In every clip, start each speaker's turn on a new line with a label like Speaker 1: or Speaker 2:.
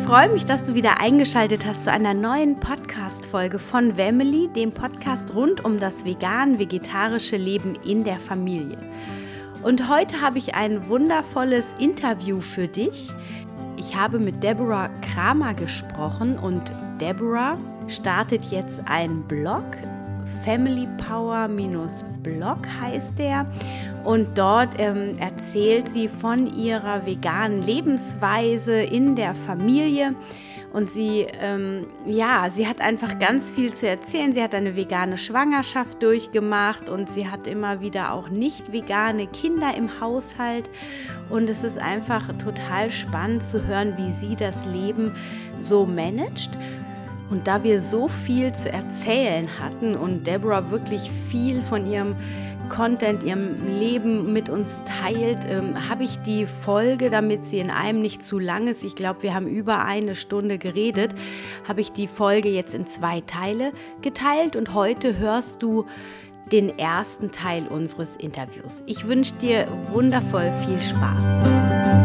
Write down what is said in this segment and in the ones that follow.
Speaker 1: freue mich, dass du wieder eingeschaltet hast zu einer neuen Podcast-Folge von Wemmeli, dem Podcast rund um das vegan-vegetarische Leben in der Familie. Und heute habe ich ein wundervolles Interview für dich. Ich habe mit Deborah Kramer gesprochen und Deborah startet jetzt einen Blog, Family Power-Blog heißt der. Und dort erzählt sie von ihrer veganen Lebensweise in der Familie. Und sie hat einfach ganz viel zu erzählen. Sie hat eine vegane Schwangerschaft durchgemacht und sie hat immer wieder auch nicht vegane Kinder im Haushalt. Und es ist einfach total spannend zu hören, wie sie das Leben so managt. Und da wir so viel zu erzählen hatten und Deborah wirklich viel von ihrem Content, ihrem Leben mit uns teilt, habe ich die Folge, damit sie in einem nicht zu lang ist, ich glaube, wir haben über eine Stunde geredet, habe ich die Folge jetzt in 2 Teile geteilt und heute hörst du den ersten Teil unseres Interviews. Ich wünsche dir wundervoll viel Spaß.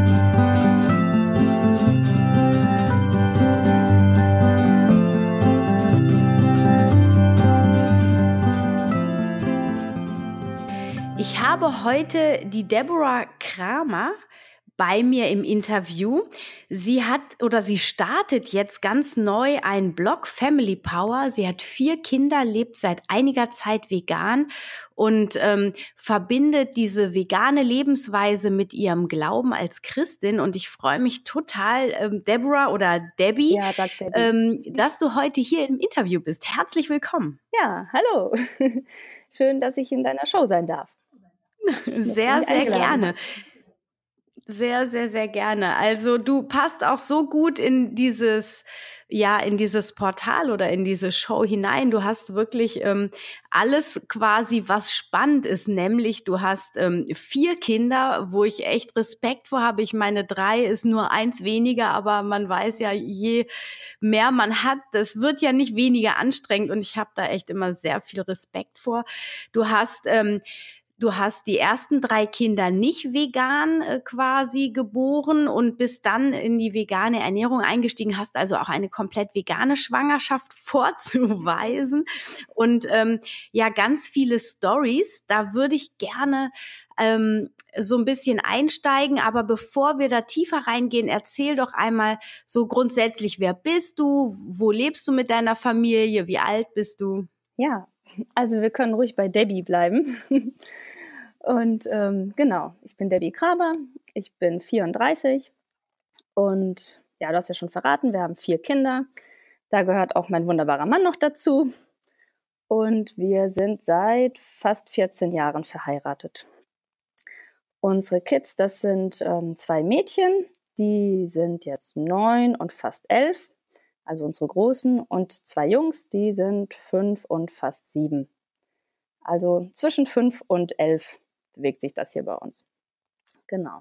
Speaker 1: Ich habe heute die Deborah Kramer bei mir im Interview. Sie startet jetzt ganz neu einen Blog, Family Power. Sie hat 4 Kinder, lebt seit einiger Zeit vegan und verbindet diese vegane Lebensweise mit ihrem Glauben als Christin. Und ich freue mich total, Deborah oder Debbie,
Speaker 2: Ja, sagt Debbie.
Speaker 1: dass du heute hier im Interview bist. Herzlich willkommen.
Speaker 2: Ja, hallo. Schön, dass ich in deiner Show sein darf.
Speaker 1: Sehr, sehr gerne. Sehr, sehr, sehr gerne. Also du passt auch so gut in dieses Portal oder in diese Show hinein. Du hast wirklich alles quasi, was spannend ist, nämlich du hast 4 Kinder, wo ich echt Respekt vor habe. Ich meine, 3 ist nur 1 weniger, aber man weiß ja, je mehr man hat, das wird ja nicht weniger anstrengend und ich habe da echt immer sehr viel Respekt vor. Du hast die ersten 3 Kinder nicht vegan quasi geboren und bist dann in die vegane Ernährung eingestiegen, hast also auch eine komplett vegane Schwangerschaft vorzuweisen und ganz viele Stories. Da würde ich gerne so ein bisschen einsteigen, aber bevor wir da tiefer reingehen, erzähl doch einmal so grundsätzlich, wer bist du, wo lebst du mit deiner Familie, wie alt bist du?
Speaker 2: Ja, also wir können ruhig bei Debbie bleiben. Und genau, ich bin Debbie Kramer, ich bin 34 und ja, du hast ja schon verraten, wir haben 4 Kinder. Da gehört auch mein wunderbarer Mann noch dazu. Und wir sind seit fast 14 Jahren verheiratet. Unsere Kids, das sind 2 Mädchen, die sind jetzt 9 und fast 11, also unsere Großen, und 2 Jungs, die sind 5 und fast 7. Also zwischen 5 und 11 bewegt sich das hier bei uns. Genau.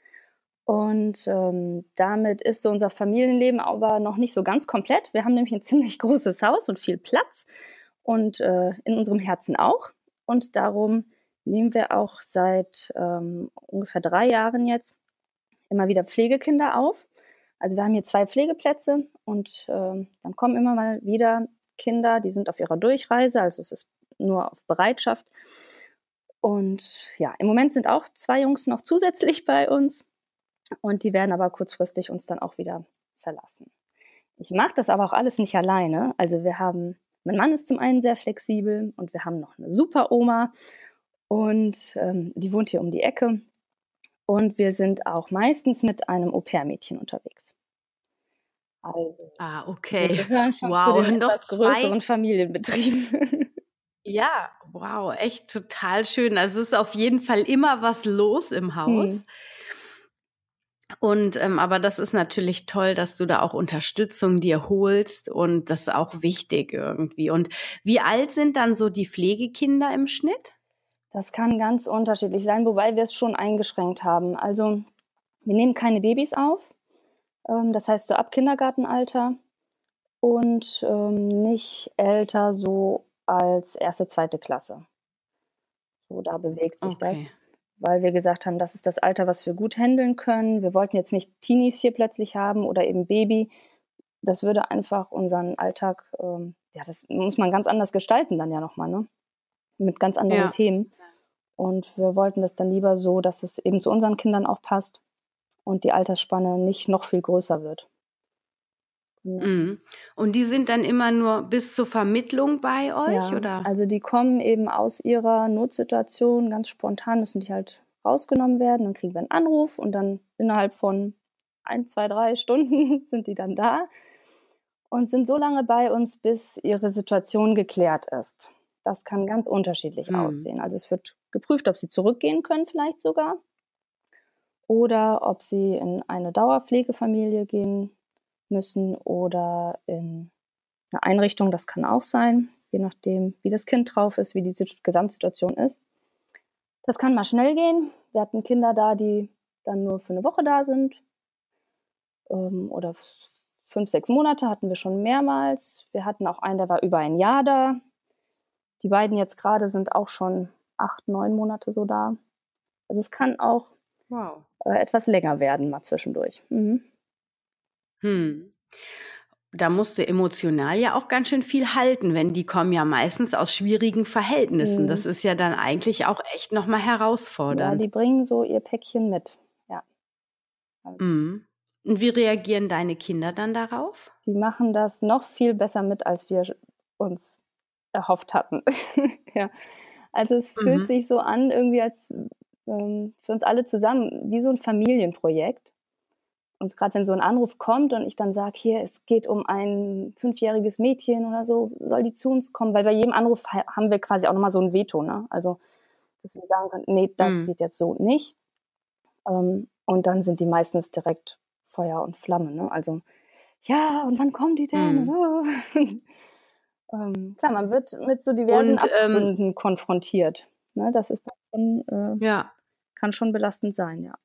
Speaker 2: Und damit ist so unser Familienleben aber noch nicht so ganz komplett. Wir haben nämlich ein ziemlich großes Haus und viel Platz und in unserem Herzen auch. Und darum nehmen wir auch seit ungefähr 3 Jahren jetzt immer wieder Pflegekinder auf. Also wir haben hier 2 Pflegeplätze und dann kommen immer mal wieder Kinder, die sind auf ihrer Durchreise, also es ist nur auf Bereitschaft. Und ja, im Moment sind auch 2 Jungs noch zusätzlich bei uns und die werden aber kurzfristig uns dann auch wieder verlassen. Ich mache das aber auch alles nicht alleine. Also mein Mann ist zum einen sehr flexibel und wir haben noch eine super Oma und die wohnt hier um die Ecke. Und wir sind auch meistens mit einem Au-pair-Mädchen unterwegs. Also,
Speaker 1: Okay.
Speaker 2: wir gehören schon
Speaker 1: Wow,
Speaker 2: zu den
Speaker 1: noch
Speaker 2: etwas
Speaker 1: 2.
Speaker 2: größeren Familienbetrieben.
Speaker 1: Ja, wow, echt total schön. Also es ist auf jeden Fall immer was los im Haus. Und aber das ist natürlich toll, dass du da auch Unterstützung dir holst und das ist auch wichtig irgendwie. Und wie alt sind dann so die Pflegekinder im Schnitt?
Speaker 2: Das kann ganz unterschiedlich sein, wobei wir es schon eingeschränkt haben. Also wir nehmen keine Babys auf, das heißt so ab Kindergartenalter und nicht älter so als 1., 2. Klasse. So, da bewegt sich das,
Speaker 1: Okay.
Speaker 2: weil wir gesagt haben, das ist das Alter, was wir gut handeln können. Wir wollten jetzt nicht Teenies hier plötzlich haben oder eben Baby, das würde einfach unseren Alltag, das muss man ganz anders gestalten dann ja nochmal, ne? Mit ganz anderen Themen. Und wir wollten das dann lieber so, dass es eben zu unseren Kindern auch passt und die Altersspanne nicht noch viel größer wird. Ja.
Speaker 1: Mhm. Und die sind dann immer nur bis zur Vermittlung bei euch,
Speaker 2: Ja,
Speaker 1: oder?
Speaker 2: also die kommen eben aus ihrer Notsituation, ganz spontan müssen die halt rausgenommen werden. Dann kriegen wir einen Anruf und dann innerhalb von 1, 2, 3 Stunden sind die dann da und sind so lange bei uns, bis ihre Situation geklärt ist. Das kann ganz unterschiedlich aussehen. Also es wird geprüft, ob sie zurückgehen können vielleicht sogar oder ob sie in eine Dauerpflegefamilie gehen müssen oder in eine Einrichtung, das kann auch sein, je nachdem, wie das Kind drauf ist, wie die Gesamtsituation ist. Das kann mal schnell gehen. Wir hatten Kinder da, die dann nur für eine Woche da sind, oder 5, 6 Monate hatten wir schon mehrmals. Wir hatten auch einen, der war über ein Jahr da. Die beiden jetzt gerade sind auch schon 8, 9 Monate so da. Also es kann auch etwas länger werden, mal zwischendurch.
Speaker 1: Da musst du emotional ja auch ganz schön viel halten, wenn die kommen ja meistens aus schwierigen Verhältnissen. Das ist ja dann eigentlich auch echt nochmal
Speaker 2: Ja,
Speaker 1: herausfordernd.
Speaker 2: die bringen so ihr Päckchen mit. Ja.
Speaker 1: Und wie reagieren deine Kinder dann darauf?
Speaker 2: Die machen das noch viel besser mit, als wir uns erhofft hatten. Ja. Also es fühlt sich so an, irgendwie als für uns alle zusammen wie so ein Familienprojekt. Und gerade wenn so ein Anruf kommt und ich dann sage: „Hier, es geht um ein 5-jähriges Mädchen oder so, soll die zu uns kommen?“ Weil bei jedem Anruf haben wir quasi auch noch mal so ein Veto, ne? Also, dass wir sagen können: „Ne, das geht jetzt so nicht.“ Und dann sind die meistens direkt Feuer und Flamme, ne? Also: „Ja, und wann kommen die denn?“ Klar, man wird mit so diversen
Speaker 1: Und
Speaker 2: Abgründen konfrontiert, ne? Das ist dann schon
Speaker 1: ja.
Speaker 2: kann schon belastend sein, ja.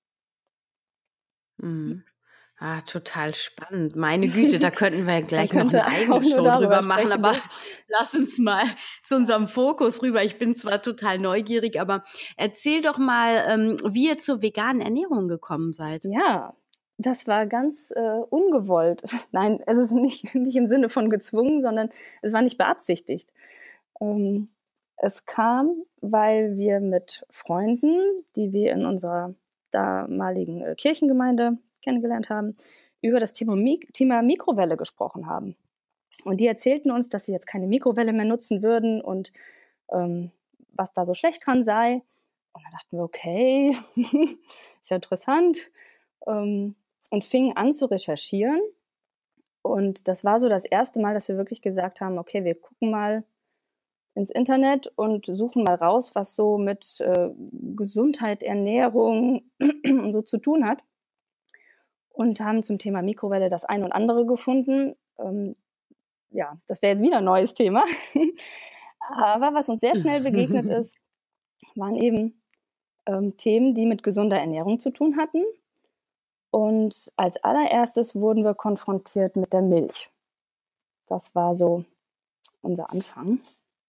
Speaker 1: Total spannend. Meine Güte, da könnten wir ja
Speaker 2: Man
Speaker 1: gleich noch
Speaker 2: könnte
Speaker 1: eine
Speaker 2: auch
Speaker 1: eigene
Speaker 2: nur
Speaker 1: Show
Speaker 2: darüber
Speaker 1: drüber machen,
Speaker 2: sprechen,
Speaker 1: aber
Speaker 2: ne?
Speaker 1: lass uns mal zu unserem Fokus rüber. Ich bin zwar total neugierig, aber erzähl doch mal, wie ihr zur veganen Ernährung gekommen seid.
Speaker 2: Ja, das war ganz, ungewollt. Nein, es ist nicht im Sinne von gezwungen, sondern es war nicht beabsichtigt. Ähm, Es kam, weil wir mit Freunden, die wir in unserer damaligen, Kirchengemeinde kennengelernt haben, über das Thema Mikrowelle gesprochen haben. Und die erzählten uns, dass sie jetzt keine Mikrowelle mehr nutzen würden und, ähm, was da so schlecht dran sei. Und dann dachten wir: „Okay, ist ja interessant“, und fingen an zu recherchieren. Und das war so das erste Mal, dass wir wirklich gesagt haben: „Okay, wir gucken mal ins Internet und suchen mal raus, was so mit, Gesundheit, Ernährung und so zu tun hat.“ Und haben zum Thema Mikrowelle das ein und andere gefunden. Ja, das wäre jetzt wieder 'n neues Thema. Aber was uns sehr schnell begegnet ist, waren eben, Themen, die mit gesunder Ernährung zu tun hatten. Und als Allererstes wurden wir konfrontiert mit der Milch. Das war so unser Anfang.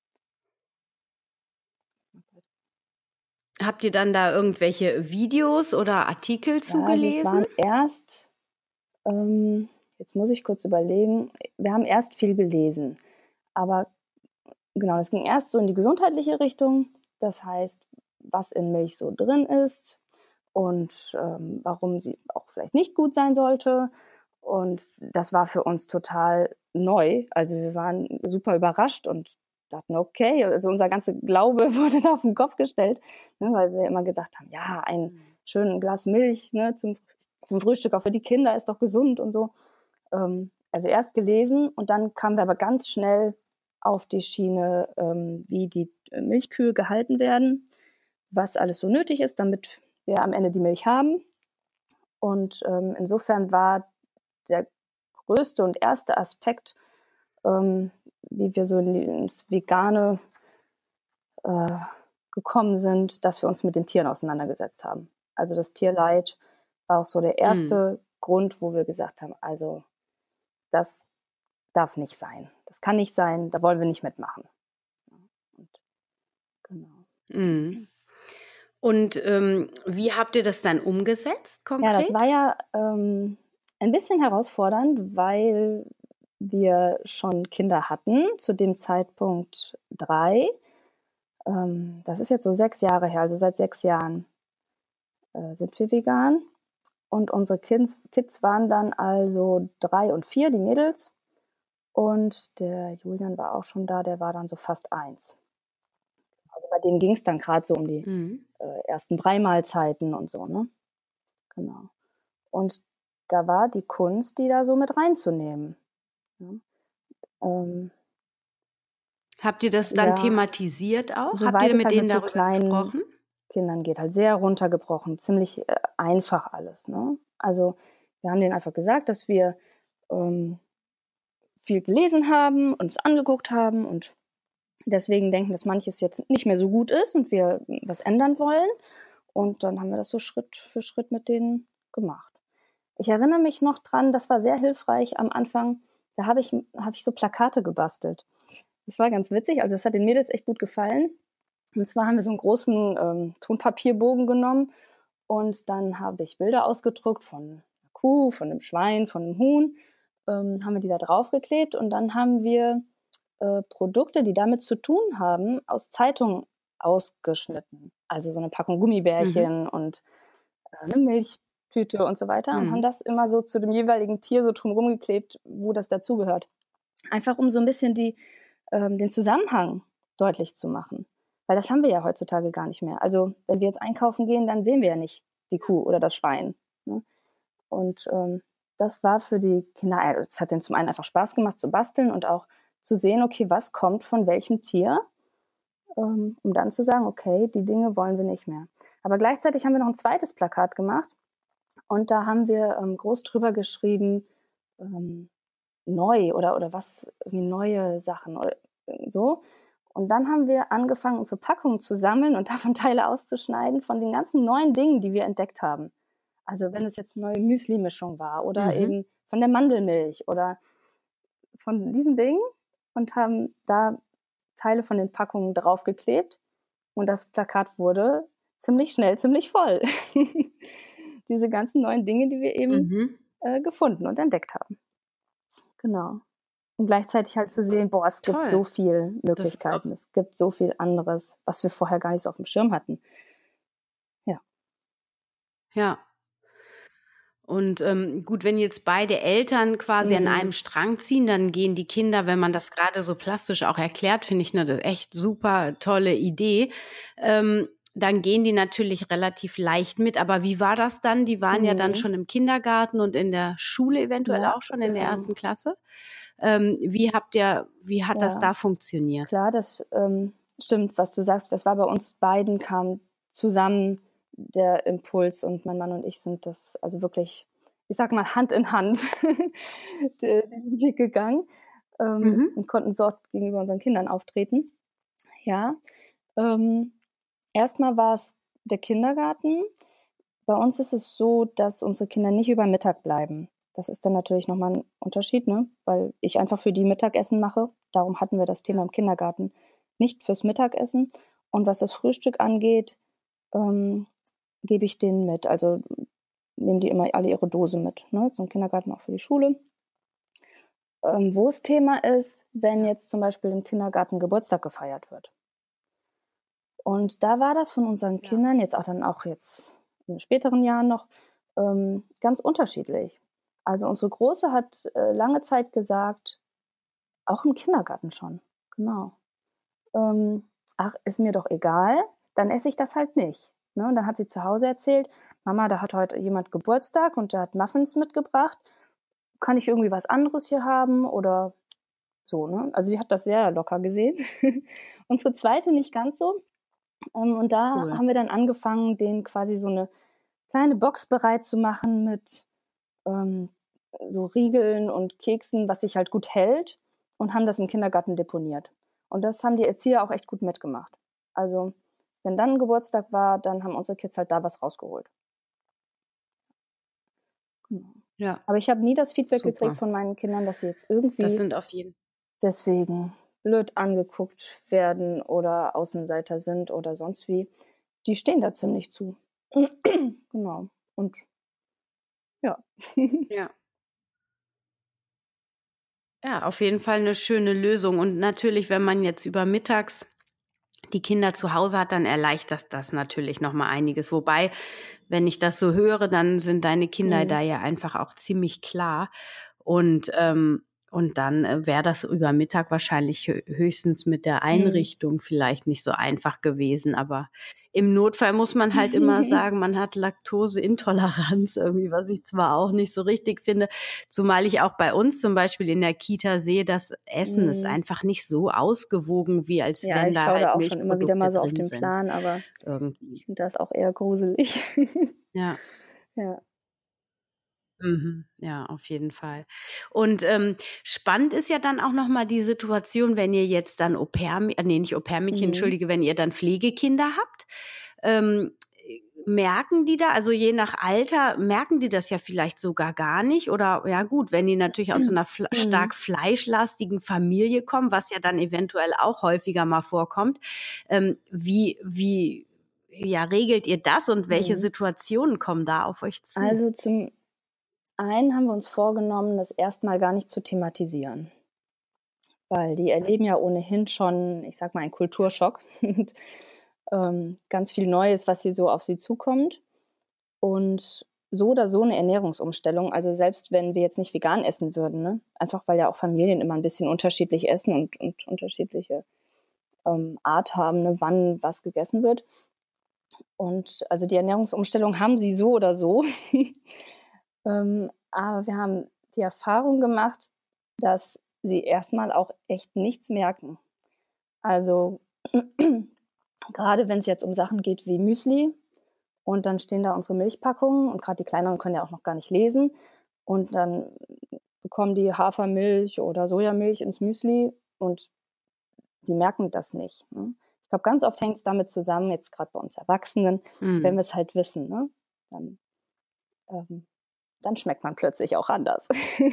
Speaker 1: Habt ihr dann da irgendwelche Videos oder Artikel
Speaker 2: Ja, also es
Speaker 1: zugelesen?
Speaker 2: waren erst jetzt muss ich kurz überlegen, wir haben erst viel gelesen, aber genau, das ging erst so in die gesundheitliche Richtung. Das heißt, was in Milch so drin ist und, warum sie auch vielleicht nicht gut sein sollte. Und das war für uns total neu. Also, wir waren super überrascht und dachten: „Okay“, also unser ganzer Glaube wurde da auf den Kopf gestellt, ne, weil wir immer gesagt haben: „Ja, ein schönes Glas Milch, ne, zum Frühstück, auch für die Kinder, ist doch gesund“ und so. Also erst gelesen und dann kamen wir aber ganz schnell auf die Schiene, wie die Milchkühe gehalten werden, was alles so nötig ist, damit wir am Ende die Milch haben. Und, insofern war der größte und erste Aspekt, wie wir so ins Vegane, äh, gekommen sind, dass wir uns mit den Tieren auseinandergesetzt haben. Also, das Tierleid war auch so der erste Grund, wo wir gesagt haben: „Also, das darf nicht sein. Das kann nicht sein, da wollen wir nicht mitmachen.“ Und genau.
Speaker 1: Mhm. Und wie habt ihr das dann umgesetzt
Speaker 2: Ja, das war
Speaker 1: konkret?
Speaker 2: ja, ein bisschen herausfordernd, weil wir schon Kinder hatten, zu dem Zeitpunkt 3. Das ist jetzt so 6 Jahre her, also seit 6 Jahren sind wir vegan. Und unsere Kids waren dann also 3 und 4, die Mädels. Und der Julian war auch schon da, der war dann so fast 1. Also bei dem ging es dann gerade so um die ersten Brei-Mahlzeiten und so, ne? Genau. Und da war die Kunst, die da so mit reinzunehmen. Ne?
Speaker 1: Habt ihr das dann
Speaker 2: Ja,
Speaker 1: thematisiert auch? Habt
Speaker 2: soweit
Speaker 1: ihr
Speaker 2: es
Speaker 1: mit
Speaker 2: halt
Speaker 1: denen
Speaker 2: mit so
Speaker 1: darüber
Speaker 2: kleinen
Speaker 1: gesprochen?
Speaker 2: Kindern geht, halt sehr runtergebrochen, ziemlich einfach alles. Ne? Also wir haben denen einfach gesagt, dass wir viel gelesen haben, uns angeguckt haben und deswegen denken, dass manches jetzt nicht mehr so gut ist und wir was ändern wollen. Und dann haben wir das so Schritt für Schritt mit denen gemacht. Ich erinnere mich noch dran, das war sehr hilfreich am Anfang, da habe ich so Plakate gebastelt. Das war ganz witzig, also das hat den Mädels echt gut gefallen. Und zwar haben wir so einen großen Tonpapierbogen genommen und dann habe ich Bilder ausgedruckt von einer Kuh, von einem Schwein, von einem Huhn, haben wir die da draufgeklebt und dann haben wir Produkte, die damit zu tun haben, aus Zeitungen ausgeschnitten. Also so eine Packung Gummibärchen und eine Milchtüte und so weiter und haben das immer so zu dem jeweiligen Tier so drumherum geklebt, wo das dazugehört. Einfach um so ein bisschen den Zusammenhang deutlich zu machen. Weil das haben wir ja heutzutage gar nicht mehr. Also wenn wir jetzt einkaufen gehen, dann sehen wir ja nicht die Kuh oder das Schwein. Ne? Und das war für die Kinder, es hat denen zum einen einfach Spaß gemacht zu basteln und auch zu sehen, okay, was kommt von welchem Tier, um dann zu sagen, okay, die Dinge wollen wir nicht mehr. Aber gleichzeitig haben wir noch ein zweites Plakat gemacht und da haben wir groß drüber geschrieben, neu oder was, irgendwie neue Sachen oder so. Und dann haben wir angefangen, unsere Packungen zu sammeln und davon Teile auszuschneiden von den ganzen neuen Dingen, die wir entdeckt haben. Also wenn es jetzt eine neue Müsli-Mischung war oder eben von der Mandelmilch oder von diesen Dingen und haben da Teile von den Packungen draufgeklebt und das Plakat wurde ziemlich schnell ziemlich voll. Diese ganzen neuen Dinge, die wir eben gefunden und entdeckt haben. Genau. Und gleichzeitig halt zu sehen, boah, es gibt
Speaker 1: Toll.
Speaker 2: so viele
Speaker 1: Das ist auch
Speaker 2: Möglichkeiten, es gibt so viel anderes, was wir vorher gar nicht so auf dem Schirm hatten. Ja.
Speaker 1: ja. Und gut, wenn jetzt beide Eltern quasi an einem Strang ziehen, dann gehen die Kinder, wenn man das gerade so plastisch auch erklärt, finde ich eine echt super tolle Idee. Dann gehen die natürlich relativ leicht mit. Aber wie war das dann? Die waren ja dann schon im Kindergarten und in der Schule eventuell
Speaker 2: Ja,
Speaker 1: auch schon in der
Speaker 2: genau.
Speaker 1: ersten Klasse. Wie hat das
Speaker 2: Ja,
Speaker 1: da funktioniert?
Speaker 2: klar, das stimmt, was du sagst. Das war bei uns beiden, kam zusammen der Impuls und mein Mann und ich sind das also wirklich, ich sag mal, Hand in Hand diesen Weg gegangen und konnten so gegenüber unseren Kindern auftreten. Ja, erst mal war es der Kindergarten. Bei uns ist es so, dass unsere Kinder nicht über Mittag bleiben. Das ist dann natürlich noch mal 'n Unterschied, ne, weil ich einfach für die Mittagessen mache. Darum hatten wir das Thema im Kindergarten nicht fürs Mittagessen. Und was das Frühstück angeht, gebe ich denen mit. Also, nehmen die immer alle ihre Dose mit, ne, zum Kindergarten, auch für die Schule. Wo's Thema ist, wenn jetzt zum Beispiel im Kindergarten Geburtstag gefeiert wird. Und da war das von unseren
Speaker 1: Ja.
Speaker 2: Kindern jetzt in späteren Jahren noch, ganz unterschiedlich. Also, unsere Große hat, lange Zeit gesagt auch im Kindergarten schon, genau, „Ach, ist mir doch egal, dann esse ich das halt nicht“, ne? Und dann hat sie zu Hause erzählt: „Mama, da hat heute jemand Geburtstag und der hat Muffins mitgebracht. Kann ich irgendwie was anderes hier haben oder so“, ne? Also, sie hat das sehr locker gesehen. Unsere Zweite nicht ganz so. Und da
Speaker 1: Cool.
Speaker 2: haben wir dann angefangen, denen quasi so 'ne kleine Box bereit zu machen mit, ähm, so Riegeln und Keksen, was sich halt gut hält und haben das im Kindergarten deponiert. Und das haben die Erzieher auch echt gut mitgemacht. Also, wenn dann Geburtstag war, dann haben unsere Kids halt da was rausgeholt. Genau.
Speaker 1: Ja,
Speaker 2: Aber ich habe nie das Feedback gekriegt
Speaker 1: super.
Speaker 2: von meinen Kindern, dass sie jetzt
Speaker 1: Das
Speaker 2: irgendwie
Speaker 1: sind auf jeden
Speaker 2: deswegen blöd angeguckt werden oder Außenseiter sind oder sonst wie. Die stehen da ziemlich zu. Genau. Und ja.
Speaker 1: ja. Ja, auf jeden Fall eine schöne Lösung. Und natürlich, wenn man jetzt über mittags die Kinder zu Hause hat, dann erleichtert das natürlich noch mal einiges. Wobei, wenn ich das so höre, dann sind deine Kinder
Speaker 2: Mhm.
Speaker 1: da ja einfach auch ziemlich klar. Und dann wäre das über Mittag wahrscheinlich höchstens mit der
Speaker 2: Mhm.
Speaker 1: Einrichtung vielleicht nicht so einfach gewesen. Aber im Notfall muss man halt immer sagen, man hat Laktoseintoleranz irgendwie, was ich zwar auch nicht so richtig finde, zumal ich auch bei uns zum Beispiel in der Kita sehe, das Essen ist
Speaker 2: Mhm.
Speaker 1: einfach nicht so ausgewogen, wie als
Speaker 2: Ja,
Speaker 1: wenn
Speaker 2: ich
Speaker 1: da
Speaker 2: schaue da
Speaker 1: halt
Speaker 2: auch schon immer wieder
Speaker 1: Milchprodukte
Speaker 2: mal so auf
Speaker 1: drin
Speaker 2: den
Speaker 1: sind
Speaker 2: Plan, aber
Speaker 1: irgendwie.
Speaker 2: ich finde das auch eher gruselig.
Speaker 1: Ja.
Speaker 2: Ja.
Speaker 1: Mhm. Ja, auf jeden Fall. Und, spannend ist ja dann auch noch mal die Situation, wenn ihr jetzt dann nicht Au-pair-Mädchen,
Speaker 2: Mhm.
Speaker 1: entschuldige, wenn ihr dann Pflegekinder habt. Merken die da, also je nach Alter, merken die das ja vielleicht sogar gar nicht? Oder ja gut, wenn die natürlich aus so einer
Speaker 2: Mhm.
Speaker 1: stark fleischlastigen Familie kommen, was ja dann eventuell auch häufiger mal vorkommt, wie ja, regelt ihr das und welche
Speaker 2: Mhm.
Speaker 1: Situationen kommen da auf euch zu?
Speaker 2: Also, zum einen haben wir uns vorgenommen, das erst mal gar nicht zu thematisieren, weil die erleben ja ohnehin schon, ich sage mal, einen Kulturschock und, ganz viel Neues, was hier so auf sie zukommt. Und so oder so eine Ernährungsumstellung, also selbst wenn wir jetzt nicht vegan essen würden, ne, einfach weil ja auch Familien immer ein bisschen unterschiedlich essen und unterschiedliche, Art haben, ne, wann was gegessen wird. Und also die Ernährungsumstellung haben sie so oder so. Aber wir haben die Erfahrung gemacht, dass sie erstmal auch echt nichts merken. Also, gerade wenn es jetzt um Sachen geht wie Müsli und dann stehen da unsere Milchpackungen und gerade die Kleineren können ja auch noch gar nicht lesen und dann bekommen die Hafermilch oder Sojamilch ins Müsli und die merken das nicht, ne? Ich glaube, ganz oft hängt es damit zusammen, jetzt gerade bei uns Erwachsenen, wenn
Speaker 1: Mhm.
Speaker 2: wir es halt wissen, ne, dann ähm, dann schmeckt man plötzlich auch anders.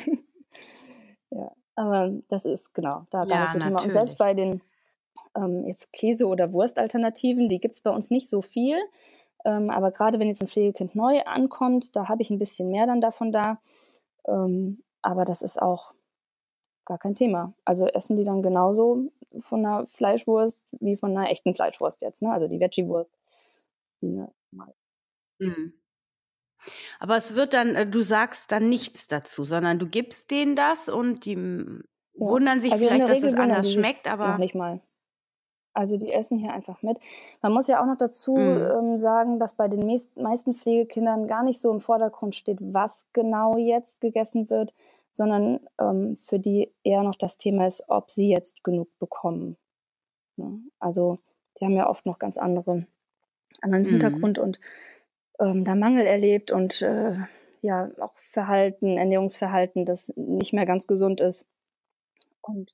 Speaker 2: Ja, aber das ist genau, da gar nicht
Speaker 1: Ja,
Speaker 2: so Thema. Und selbst bei
Speaker 1: natürlich.
Speaker 2: den, jetzt Käse oder Wurstalternativen, die gibt's bei uns nicht so viel. Aber grade wenn jetzt 'n Pflegekind neu ankommt, da habe ich 'n bisschen mehr dann davon da. Aber das ist auch gar kein Thema. Also, essen die dann genauso von 'ner Fleischwurst wie von 'ner echten Fleischwurst jetzt, ne? Also, die Veggie-Wurst wie 'ne normale.
Speaker 1: Mhm. Aber es wird dann du sagst dann nichts dazu, sondern du gibst denen das und die,
Speaker 2: Ja,
Speaker 1: wundern sich
Speaker 2: also, in
Speaker 1: vielleicht,
Speaker 2: der
Speaker 1: dass es
Speaker 2: Regel wundern die
Speaker 1: anders
Speaker 2: sich
Speaker 1: schmeckt,
Speaker 2: noch
Speaker 1: aber
Speaker 2: nicht mal. Also, die essen hier einfach mit. Man muss ja auch noch dazu,
Speaker 1: mhm,
Speaker 2: sagen, dass bei den meisten Pflegekindern gar nicht so im Vordergrund steht, was genau jetzt gegessen wird, sondern, für die eher noch das Thema ist, ob sie jetzt genug bekommen, ne? Also, die haben ja oft noch ganz anderen
Speaker 1: mhm.
Speaker 2: Hintergrund und, da Mangel erlebt und, ja, auch Ernährungsverhalten, das nicht mehr ganz gesund ist. Und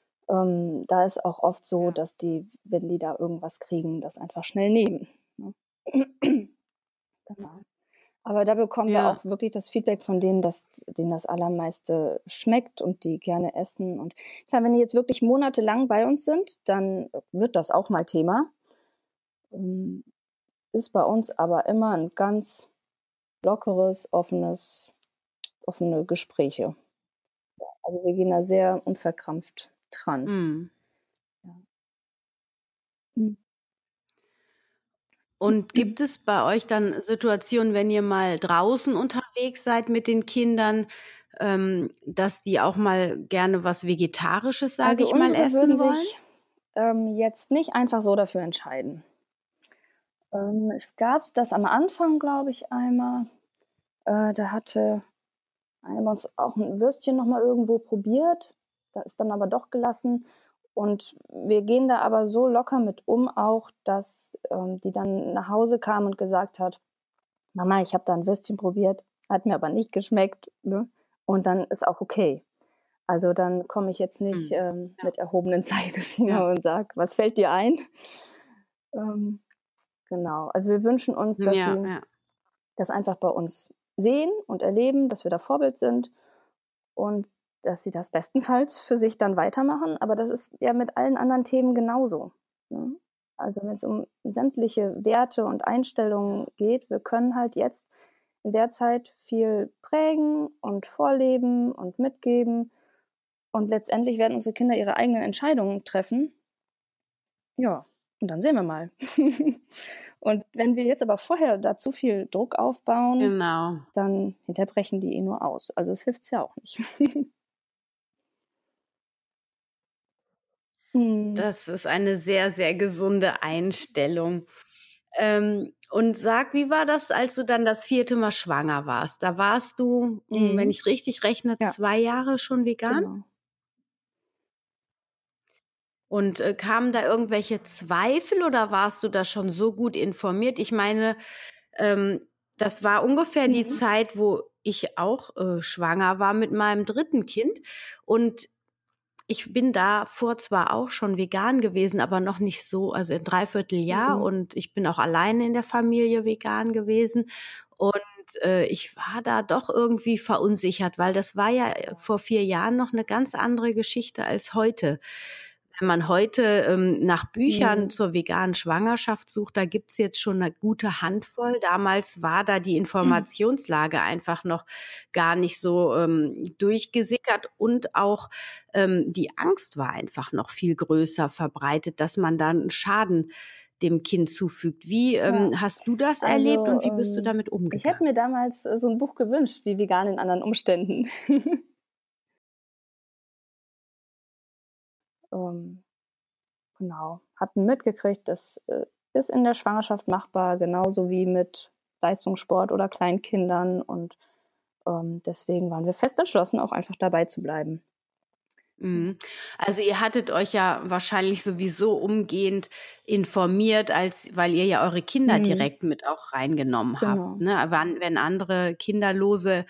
Speaker 2: da ist auch oft so,
Speaker 1: Ja.
Speaker 2: dass die, wenn die da irgendwas kriegen, das einfach schnell nehmen, ne? Genau. Aber da bekommen wir
Speaker 1: Ja.
Speaker 2: auch wirklich das Feedback von denen, dass denen das Allermeiste schmeckt und die gerne essen. Und klar, wenn die jetzt wirklich monatelang bei uns sind, dann wird das auch mal Thema. Ähm, Ist bei uns aber immer ein ganz lockeres, offene Gespräche. Also, wir gehen da sehr unverkrampft dran.
Speaker 1: Mhm.
Speaker 2: Ja. Mhm.
Speaker 1: Und gibt es bei euch dann Situationen, wenn ihr mal draußen unterwegs seid mit den Kindern, dass die auch mal gerne was Vegetarisches, sage
Speaker 2: Also,
Speaker 1: ich mal,
Speaker 2: unsere würden
Speaker 1: essen wollen?
Speaker 2: sich, jetzt nicht einfach so dafür entscheiden. Es gab das am Anfang, glaube ich, einmal. Da hatte einer bei uns auch 'n Würstchen noch mal irgendwo probiert, da ist dann aber doch gelassen. Und wir gehen da aber so locker mit um auch, dass, die dann nach Hause kam und gesagt hat: „Mama, ich habe da 'n Würstchen probiert, hat mir aber nicht geschmeckt“, ne? Und dann ist auch okay. Also, dann komme ich jetzt nicht,
Speaker 1: Mhm. Ja,
Speaker 2: mit erhobenen Zeigefinger
Speaker 1: ja.
Speaker 2: und sage: „Was fällt dir ein?“ Ähm, genau. Also, wir wünschen uns, dass
Speaker 1: Ja,
Speaker 2: sie
Speaker 1: ja.
Speaker 2: das einfach bei uns sehen und erleben, dass wir da Vorbild sind und dass sie das bestenfalls für sich dann weitermachen. Aber das ist ja mit allen anderen Themen genauso, ne? Also, wenn es um sämtliche Werte und Einstellungen geht, wir können halt jetzt in der Zeit viel prägen und vorleben und mitgeben. Und letztendlich werden unsere Kinder ihre eigenen Entscheidungen treffen. Ja, und dann sehen wir mal. Und wenn wir jetzt aber vorher da zu viel Druck aufbauen,
Speaker 1: Genau.
Speaker 2: dann hinterher brechen die nur aus. Also es hilft's ja auch nicht. Mhm.
Speaker 1: Das ist eine sehr, sehr gesunde Einstellung. Und sag, wie war das, als du dann das 4. Mal schwanger warst? Da warst du, wenn
Speaker 2: Mhm.
Speaker 1: ich richtig rechne,
Speaker 2: Ja,
Speaker 1: 2 Jahre schon vegan?
Speaker 2: genau.
Speaker 1: Und, kamen da irgendwelche Zweifel oder warst du da schon so gut informiert? Ich meine, ähm, das war ungefähr die
Speaker 2: Mhm.
Speaker 1: Zeit, wo ich auch, schwanger war mit meinem 3. Kind. Und ich bin davor zwar auch schon vegan gewesen, aber noch nicht so, also ein Dreivierteljahr,
Speaker 2: Mhm.
Speaker 1: und ich bin auch alleine in der Familie vegan gewesen. Und, ich war da doch irgendwie verunsichert, weil das war ja vor 4 Jahren noch eine ganz andere Geschichte als heute. Wenn man heute, nach Büchern
Speaker 2: Mhm.
Speaker 1: zur veganen Schwangerschaft sucht, da gibt's jetzt schon eine gute Handvoll. Damals war da die Informationslage einfach noch gar nicht so, durchgesickert, und auch, die Angst war einfach noch viel größer verbreitet, dass man dann Schaden dem Kind zufügt. Wie,
Speaker 2: Ja,
Speaker 1: hast du das erlebt
Speaker 2: also,
Speaker 1: und wie bist du damit
Speaker 2: ich hätte
Speaker 1: umgegangen?
Speaker 2: mir damals, so 'n Buch gewünscht, wie „Vegan in anderen Umständen“. Ähm, genau. Hatten mitgekriegt, das, ist in der Schwangerschaft machbar, genauso wie mit Leistungssport oder Kleinkindern und, deswegen waren wir fest entschlossen, auch einfach dabei zu bleiben. Ja.
Speaker 1: Mhm. Also, ihr hattet euch ja wahrscheinlich sowieso umgehend informiert, als weil ihr ja eure Kinder
Speaker 2: Mhm,
Speaker 1: direkt mit auch reingenommen habt,
Speaker 2: genau.
Speaker 1: ne? Wenn andere kinderlose,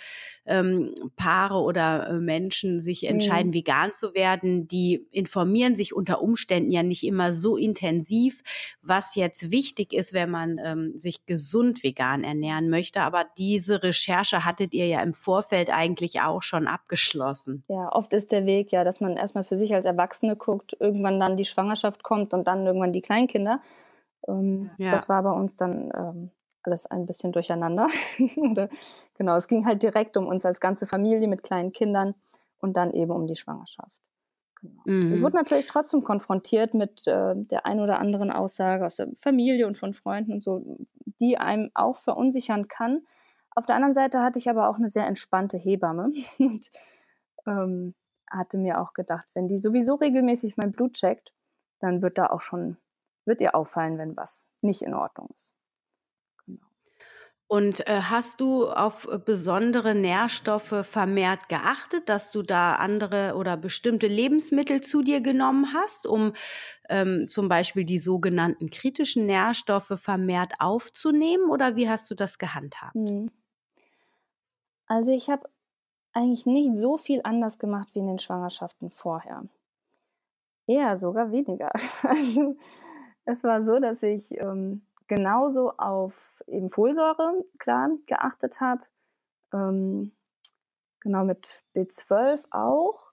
Speaker 1: Paare oder, Menschen sich
Speaker 2: Mhm.
Speaker 1: entscheiden, vegan zu werden, die informieren sich unter Umständen ja nicht immer so intensiv, was jetzt wichtig ist, wenn man, sich gesund vegan ernähren möchte. Aber diese Recherche hattet ihr ja im Vorfeld eigentlich auch schon abgeschlossen.
Speaker 2: Ja, oft ist der Weg ja, dass man erst mal für sich als Erwachsene guckt, irgendwann dann die Schwangerschaft kommt und dann irgendwann die Kleinkinder. Das
Speaker 1: Ja.
Speaker 2: war bei uns dann, alles ein bisschen durcheinander. Oder genau, es ging halt direkt um uns als ganze Familie mit kleinen Kindern und dann eben um die Schwangerschaft. Genau. Ich wurde
Speaker 1: Mhm.
Speaker 2: natürlich trotzdem konfrontiert mit, der ein oder anderen Aussage aus der Familie und von Freunden und so, die einem auch verunsichern kann. Auf der anderen Seite hatte ich aber auch 'ne sehr entspannte Hebamme und, ähm, hatte mir auch gedacht, wenn die sowieso regelmäßig mein Blut checkt, dann wird ihr auffallen, wenn was nicht in Ordnung ist. Genau.
Speaker 1: Und, hast du auf, besondere Nährstoffe vermehrt geachtet, dass du da andere oder bestimmte Lebensmittel zu dir genommen hast, um, zum Beispiel die sogenannten kritischen Nährstoffe vermehrt aufzunehmen, oder wie hast du das gehandhabt?
Speaker 2: Mhm. Also, ich habe eigentlich nicht so viel anders gemacht wie in den Schwangerschaften vorher. Eher sogar weniger. Also, es war so, dass ich, genauso auf eben Folsäure, klar, geachtet habe, ähm, genau mit B12 auch.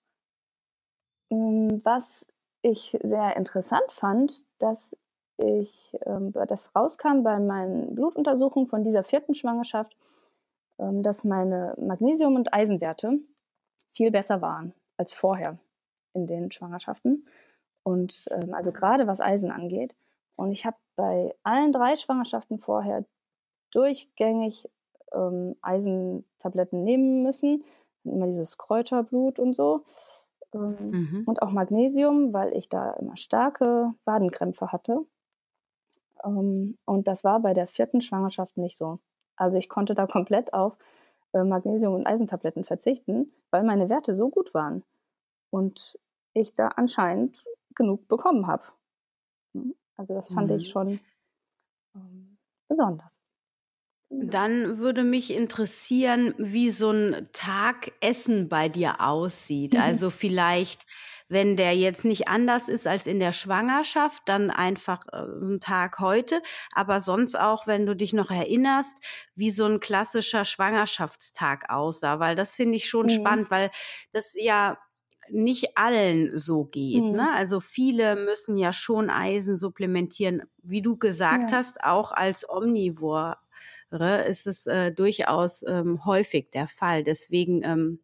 Speaker 2: Was ich sehr interessant fand, dass das rauskam bei meinen Blutuntersuchungen von dieser 4. Schwangerschaft, dass meine Magnesium und Eisenwerte viel besser waren als vorher in den Schwangerschaften und, also grade was Eisen angeht. Und ich habe bei allen 3 Schwangerschaften vorher durchgängig, Eisentabletten nehmen müssen, immer dieses Kräuterblut und so,
Speaker 1: Mhm.
Speaker 2: und auch Magnesium, weil ich da immer starke Wadenkrämpfe hatte. Und das war bei der 4. Schwangerschaft nicht so. Also, ich konnte da komplett auf, Magnesium und Eisentabletten verzichten, weil meine Werte so gut waren und ich da anscheinend genug bekommen habe, ne? Also, das fand ich
Speaker 1: Mhm.
Speaker 2: schon, besonders. Genau.
Speaker 1: Dann würde mich interessieren, wie so 'n Tag Essen bei dir aussieht. Also, vielleicht, wenn der jetzt nicht anders ist als in der Schwangerschaft, dann einfach, 'n Tag heute, aber sonst auch, wenn du dich noch erinnerst, wie so 'n klassischer Schwangerschaftstag aussah. Weil das finde ich schon
Speaker 2: Mhm.
Speaker 1: spannend, weil das ja nicht allen so geht,
Speaker 2: Mhm.
Speaker 1: ne? Also, viele müssen ja schon Eisen supplementieren. Wie du gesagt
Speaker 2: Ja.
Speaker 1: hast, auch als Omnivore ist es, durchaus, häufig der Fall. Deswegen,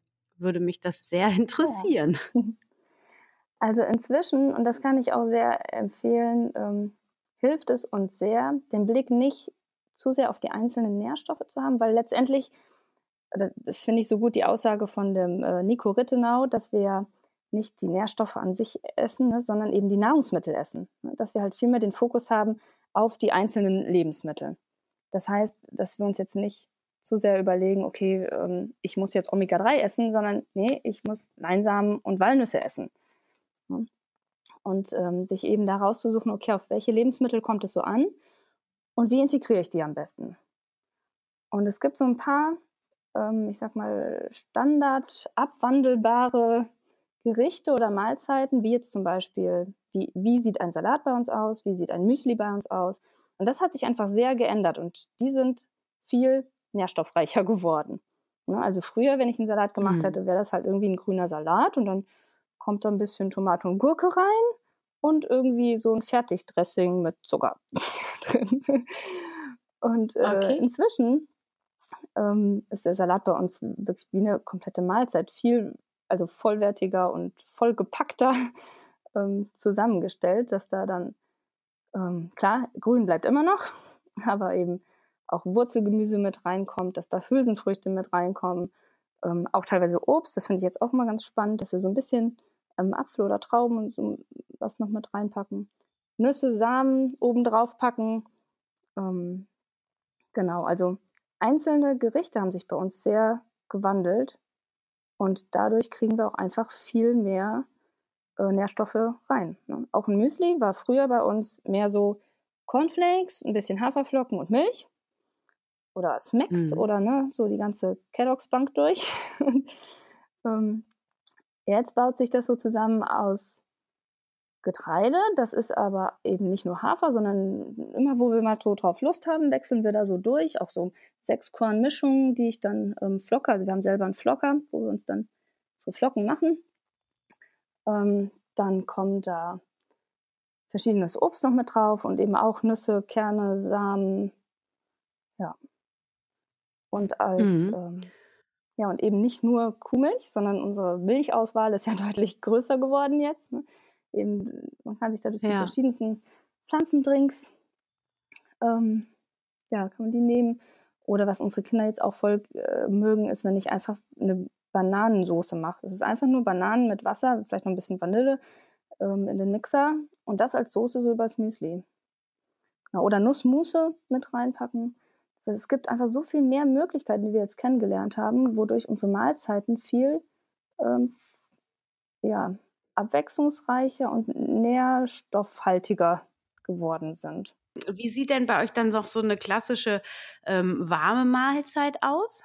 Speaker 1: würde mich das sehr interessieren.
Speaker 2: Ja. Also inzwischen, und das kann ich auch sehr empfehlen, hilft es uns sehr, den Blick nicht zu sehr auf die einzelnen Nährstoffe zu haben, weil letztendlich, das finde ich so gut, die Aussage von dem Nico Rittenau, dass wir nicht die Nährstoffe an sich essen, ne, sondern eben die Nahrungsmittel essen. Ne, dass wir halt viel mehr den Fokus haben auf die einzelnen Lebensmittel. Das heißt, dass wir uns jetzt nicht zu sehr überlegen, okay, ich muss jetzt Omega-3 essen, sondern nee, ich muss Leinsamen und Walnüsse essen. Ne? Und sich eben da rauszusuchen, okay, auf welche Lebensmittel kommt es so an und wie integriere ich die am besten. Und es gibt so ein paar, ich sag mal, Standard abwandelbare Gerichte oder Mahlzeiten, wie jetzt zum Beispiel, wie sieht ein Salat bei uns aus, wie sieht ein Müsli bei uns aus. Und das hat sich einfach sehr geändert und die sind viel nährstoffreicher geworden. Ne, also früher, wenn ich einen Salat gemacht hätte, wäre das halt irgendwie ein grüner Salat und dann kommt da ein bisschen Tomate und Gurke rein und irgendwie so ein Fertigdressing mit Zucker drin. Und
Speaker 1: Okay.
Speaker 2: inzwischen ist der Salat bei uns wirklich wie eine komplette Mahlzeit, viel, also vollwertiger und vollgepackter zusammengestellt, dass da dann, klar, grün bleibt immer noch, aber eben auch Wurzelgemüse mit reinkommt, dass da Hülsenfrüchte mit reinkommen, auch teilweise Obst, das finde ich jetzt auch mal ganz spannend, dass wir so ein bisschen Apfel oder Trauben und so was noch mit reinpacken. Nüsse, Samen obendrauf packen. Genau, also einzelne Gerichte haben sich bei uns sehr gewandelt und dadurch kriegen wir auch einfach viel mehr Nährstoffe rein. Ne? Auch ein Müsli war früher bei uns mehr so Cornflakes, ein bisschen Haferflocken und Milch oder Smacks oder ne, so die ganze Kellogg's Bank durch. ähm, Jetzt baut sich das so zusammen aus Getreide. Das ist aber eben nicht nur Hafer, sondern immer, wo wir mal so drauf Lust haben, wechseln wir da so durch. Auch so 6-Korn-Mischungen, die ich dann flocke. Also wir haben selber einen Flocker, wo wir uns dann so Flocken machen. Dann kommt da verschiedenes Obst noch mit drauf und eben auch Nüsse, Kerne, Samen. Ja. Und ja, und eben nicht nur Kuhmilch, sondern unsere Milchauswahl ist ja deutlich größer geworden jetzt. Ne? Eben, man kann sich dadurch die verschiedensten Pflanzendrinks, ja, kann man die nehmen. Oder was unsere Kinder jetzt auch voll mögen, ist, wenn ich einfach eine Bananensoße mache. Es ist einfach nur Bananen mit Wasser, vielleicht noch ein bisschen Vanille in den Mixer und das als Soße so übers Müsli. Ja, oder Nussmusse mit reinpacken. Das heißt, es gibt einfach so viel mehr Möglichkeiten, die wir jetzt kennengelernt haben, wodurch unsere Mahlzeiten viel ja, abwechslungsreicher und nährstoffhaltiger geworden sind.
Speaker 1: Wie sieht denn bei euch dann noch so eine klassische warme Mahlzeit aus?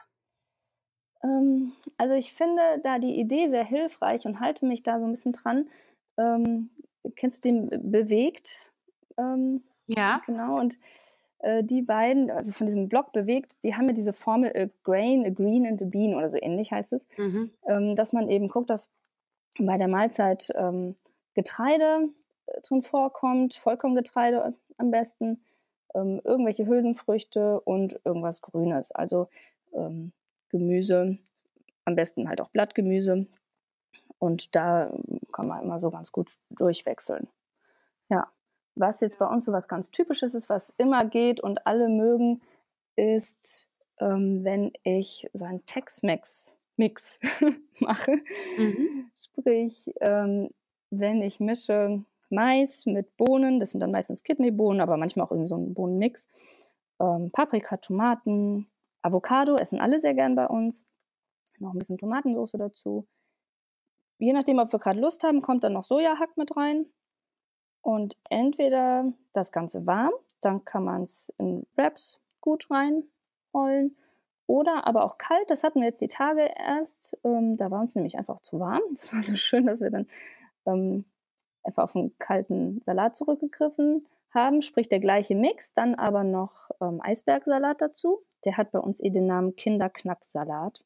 Speaker 2: Also ich finde da die Idee sehr hilfreich und halte mich da so ein bisschen dran. Kennst du den Bewegt?
Speaker 1: Ja.
Speaker 2: Genau, und die beiden, also von diesem Blog Bewegt, die haben ja diese Formel a grain, a green and a bean oder so ähnlich heißt es, dass man eben guckt, dass bei der Mahlzeit Getreide drin vorkommt, Vollkorngetreide am besten, irgendwelche Hülsenfrüchte und irgendwas Grünes, also Gemüse, am besten halt auch Blattgemüse und da kann man immer so ganz gut durchwechseln. Ja, was jetzt bei uns so was ganz Typisches ist, was immer geht und alle mögen, ist, wenn ich so einen Tex-Mex-Mix mache. Sprich, wenn ich mische Mais mit Bohnen, das sind dann meistens Kidneybohnen, aber manchmal auch irgendwie so ein Bohnenmix, Paprika, Tomaten, Avocado essen alle sehr gern bei uns, noch ein bisschen Tomatensauce dazu. Je nachdem, ob wir gerade Lust haben, kommt dann noch Sojahack mit rein. Und entweder das Ganze warm, dann kann man es in Wraps gut reinrollen. Oder aber auch kalt, das hatten wir jetzt die Tage erst. Da war uns nämlich einfach zu warm. Das war so schön, dass wir dann einfach auf einen kalten Salat zurückgegriffen haben. Sprich der gleiche Mix, dann aber noch Eisbergsalat dazu. Der hat bei uns den Namen Kinderknacksalat.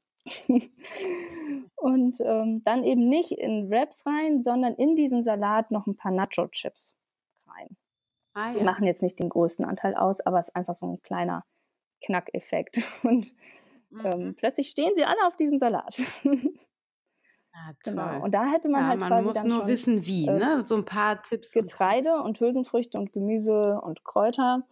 Speaker 2: Und dann eben nicht in Wraps rein, sondern in diesen Salat noch ein paar Nacho-Chips rein.
Speaker 1: Ah,
Speaker 2: Die
Speaker 1: ja.
Speaker 2: machen jetzt nicht den größten Anteil aus, aber es ist einfach so ein kleiner Knackeffekt. Und plötzlich stehen sie alle auf diesen Salat. Genau.
Speaker 1: toll.
Speaker 2: Und da hätte man
Speaker 1: Ja,
Speaker 2: halt
Speaker 1: man
Speaker 2: quasi
Speaker 1: muss
Speaker 2: dann
Speaker 1: nur
Speaker 2: schon
Speaker 1: wissen, wie, ne? So ein paar Tipps und Tricks.
Speaker 2: Getreide und Hülsenfrüchte und Gemüse und Kräuter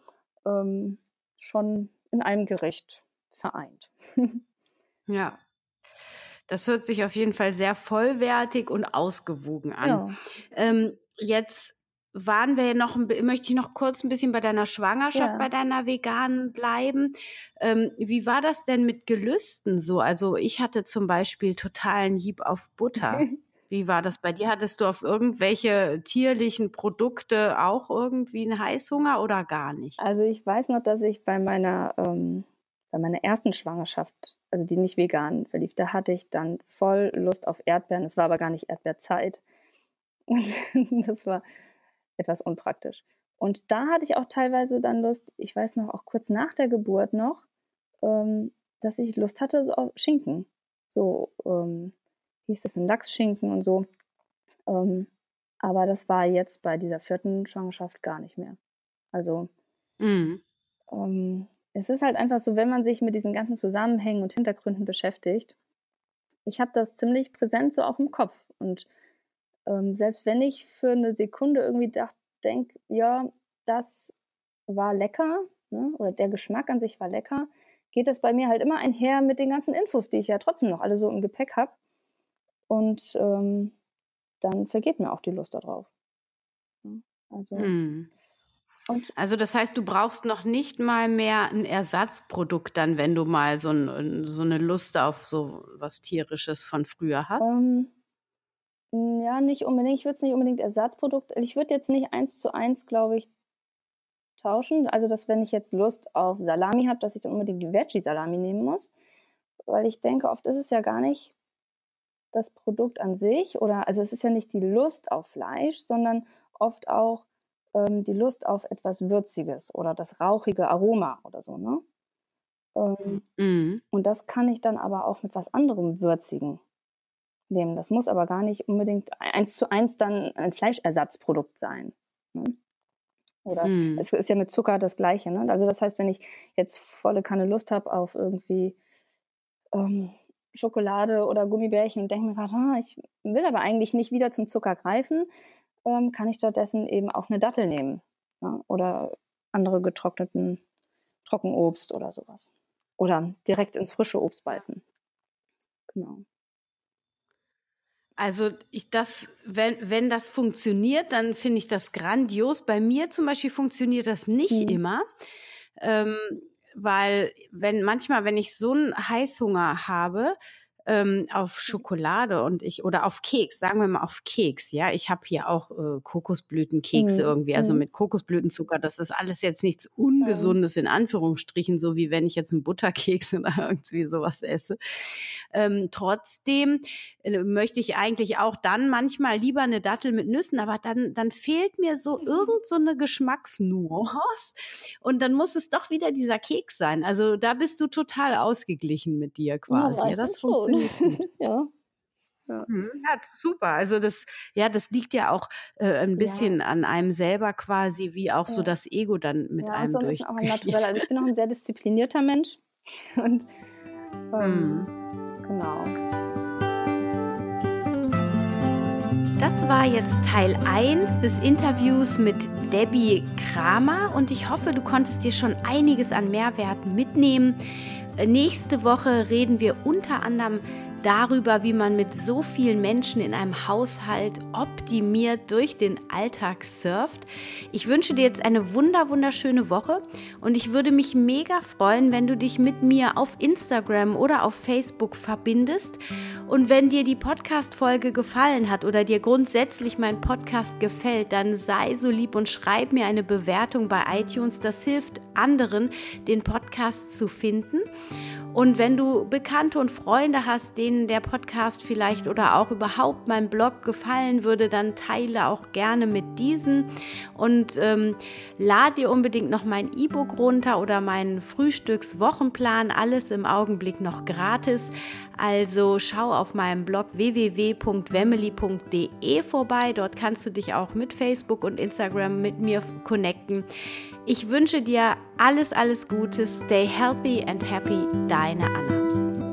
Speaker 2: schon in einem Gericht vereint.
Speaker 1: Ja, das hört sich auf jeden Fall sehr vollwertig und ausgewogen an.
Speaker 2: Ja,
Speaker 1: Jetzt möchte ich noch kurz ein bisschen bei deiner Schwangerschaft, bei
Speaker 2: ja.
Speaker 1: deiner veganen bleiben. Wie war das denn mit Gelüsten so? Also ich hatte zum Beispiel totalen Hieb auf Butter. Wie war das bei dir? Hattest du auf irgendwelche tierlichen Produkte auch irgendwie einen Heißhunger oder gar nicht?
Speaker 2: Also ich weiß noch, dass ich bei meiner ersten Schwangerschaft, also die nicht vegan verlief, da hatte ich dann voll Lust auf Erdbeeren. Es war aber gar nicht Erdbeerzeit. Und das war etwas unpraktisch. Und da hatte ich auch teilweise dann Lust, ich weiß noch, auch kurz nach der Geburt noch, dass ich Lust hatte so auf Schinken. So, hieß das, ein Lachsschinken und so. Aber das war jetzt bei dieser 4. Schwangerschaft gar nicht mehr. Also
Speaker 1: Mhm.
Speaker 2: es ist halt einfach so, wenn man sich mit diesen ganzen Zusammenhängen und Hintergründen beschäftigt, ich habe das ziemlich präsent so auch im Kopf. Und selbst wenn ich für eine Sekunde irgendwie denke, ja, das war lecker, ne, oder der Geschmack an sich war lecker, geht das bei mir halt immer einher mit den ganzen Infos, die ich ja trotzdem noch alle so im Gepäck habe. Und dann vergeht mir auch die Lust darauf. Ne? Also,
Speaker 1: Mhm.
Speaker 2: und
Speaker 1: Also das heißt, du brauchst noch nicht mal mehr ein Ersatzprodukt dann, wenn du mal so 'ne Lust auf so was Tierisches von früher hast?
Speaker 2: ähm, ja, nicht unbedingt. Ich würde es nicht unbedingt Ersatzprodukt, also ich würde jetzt nicht 1:1, glaube ich, tauschen. Also, dass, wenn ich jetzt Lust auf Salami habe, dass ich dann unbedingt die Veggie-Salami nehmen muss, weil ich denke, oft ist es ja gar nicht das Produkt an sich, oder also, es ist ja nicht die Lust auf Fleisch, sondern oft auch die Lust auf etwas Würziges oder das rauchige Aroma oder so, ne? Ähm,
Speaker 1: Mhm.
Speaker 2: und das kann ich dann aber auch mit was anderem Würzigen nehmen. Das muss aber gar nicht unbedingt 1:1 dann ein Fleischersatzprodukt sein, ne? Oder
Speaker 1: Mhm.
Speaker 2: es ist ja mit Zucker das Gleiche, ne? Also, das heißt, wenn ich jetzt volle Kanne Lust habe auf irgendwie ähm, Schokolade oder Gummibärchen und denke mir gerade, ich will aber eigentlich nicht wieder zum Zucker greifen, kann ich stattdessen eben auch eine Dattel nehmen, ne? Oder andere getrockneten Trockenobst oder sowas. Oder direkt ins frische Obst beißen. Genau.
Speaker 1: Also, wenn das funktioniert, dann finde ich das grandios. Bei mir zum Beispiel funktioniert das nicht
Speaker 2: Mhm.
Speaker 1: immer, ähm, weil wenn ich so 'n Heißhunger habe, auf Schokolade oder auf Keks, sagen wir mal auf Keks, ja. Ich habe hier auch, Kokosblütenkekse
Speaker 2: Mhm.
Speaker 1: irgendwie, also
Speaker 2: Mhm.
Speaker 1: mit Kokosblütenzucker. Das ist alles jetzt nichts
Speaker 2: Mhm.
Speaker 1: Ungesundes in Anführungsstrichen, so wie wenn ich jetzt 'n Butterkeks oder irgendwie so was esse. Trotzdem möchte ich eigentlich auch dann manchmal lieber eine Dattel mit Nüssen, aber dann fehlt mir so irgend so 'ne Geschmacksnuance und dann muss es doch wieder dieser Keks sein. Also, da bist du total ausgeglichen mit dir
Speaker 2: Ja,
Speaker 1: quasi. Ja, das
Speaker 2: meistens schon.
Speaker 1: funktioniert gut.
Speaker 2: Ja. Ja.
Speaker 1: Mhm, ja, super. Also, das liegt ja auch, 'n
Speaker 2: Ja,
Speaker 1: bisschen an einem selber quasi, wie auch so
Speaker 2: ja.
Speaker 1: das Ego dann mit
Speaker 2: Ja, und so
Speaker 1: einem
Speaker 2: 'n bisschen auch am Naturell.
Speaker 1: durchgeht.
Speaker 2: Also, ich bin auch 'n sehr disziplinierter Mensch und,
Speaker 1: Mhm.
Speaker 2: genau.
Speaker 1: Das war jetzt Teil 1 des Interviews mit Debbie Kramer und ich hoffe, du konntest dir schon einiges an Mehrwert mitnehmen. Nächste Woche reden wir unter anderem darüber, wie man mit so vielen Menschen in einem Haushalt optimiert durch den Alltag surft. Ich wünsche dir jetzt eine wunderschöne Woche und ich würde mich mega freuen, wenn du dich mit mir auf Instagram oder auf Facebook verbindest. Und wenn dir die Podcast-Folge gefallen hat oder dir grundsätzlich mein Podcast gefällt, dann sei so lieb und schreib mir eine Bewertung bei iTunes. Das hilft anderen, den Podcast zu finden. Und wenn du Bekannte und Freunde hast, denen der Podcast vielleicht oder auch überhaupt mein Blog gefallen würde, dann teile auch gerne mit diesen und lad dir unbedingt noch mein E-Book runter oder meinen Frühstückswochenplan, alles im Augenblick noch gratis. Also schau auf meinem Blog www.wemily.de vorbei, dort kannst du dich auch mit Facebook und Instagram mit mir connecten. Ich wünsche dir alles Gute, stay healthy and happy, deine Anna.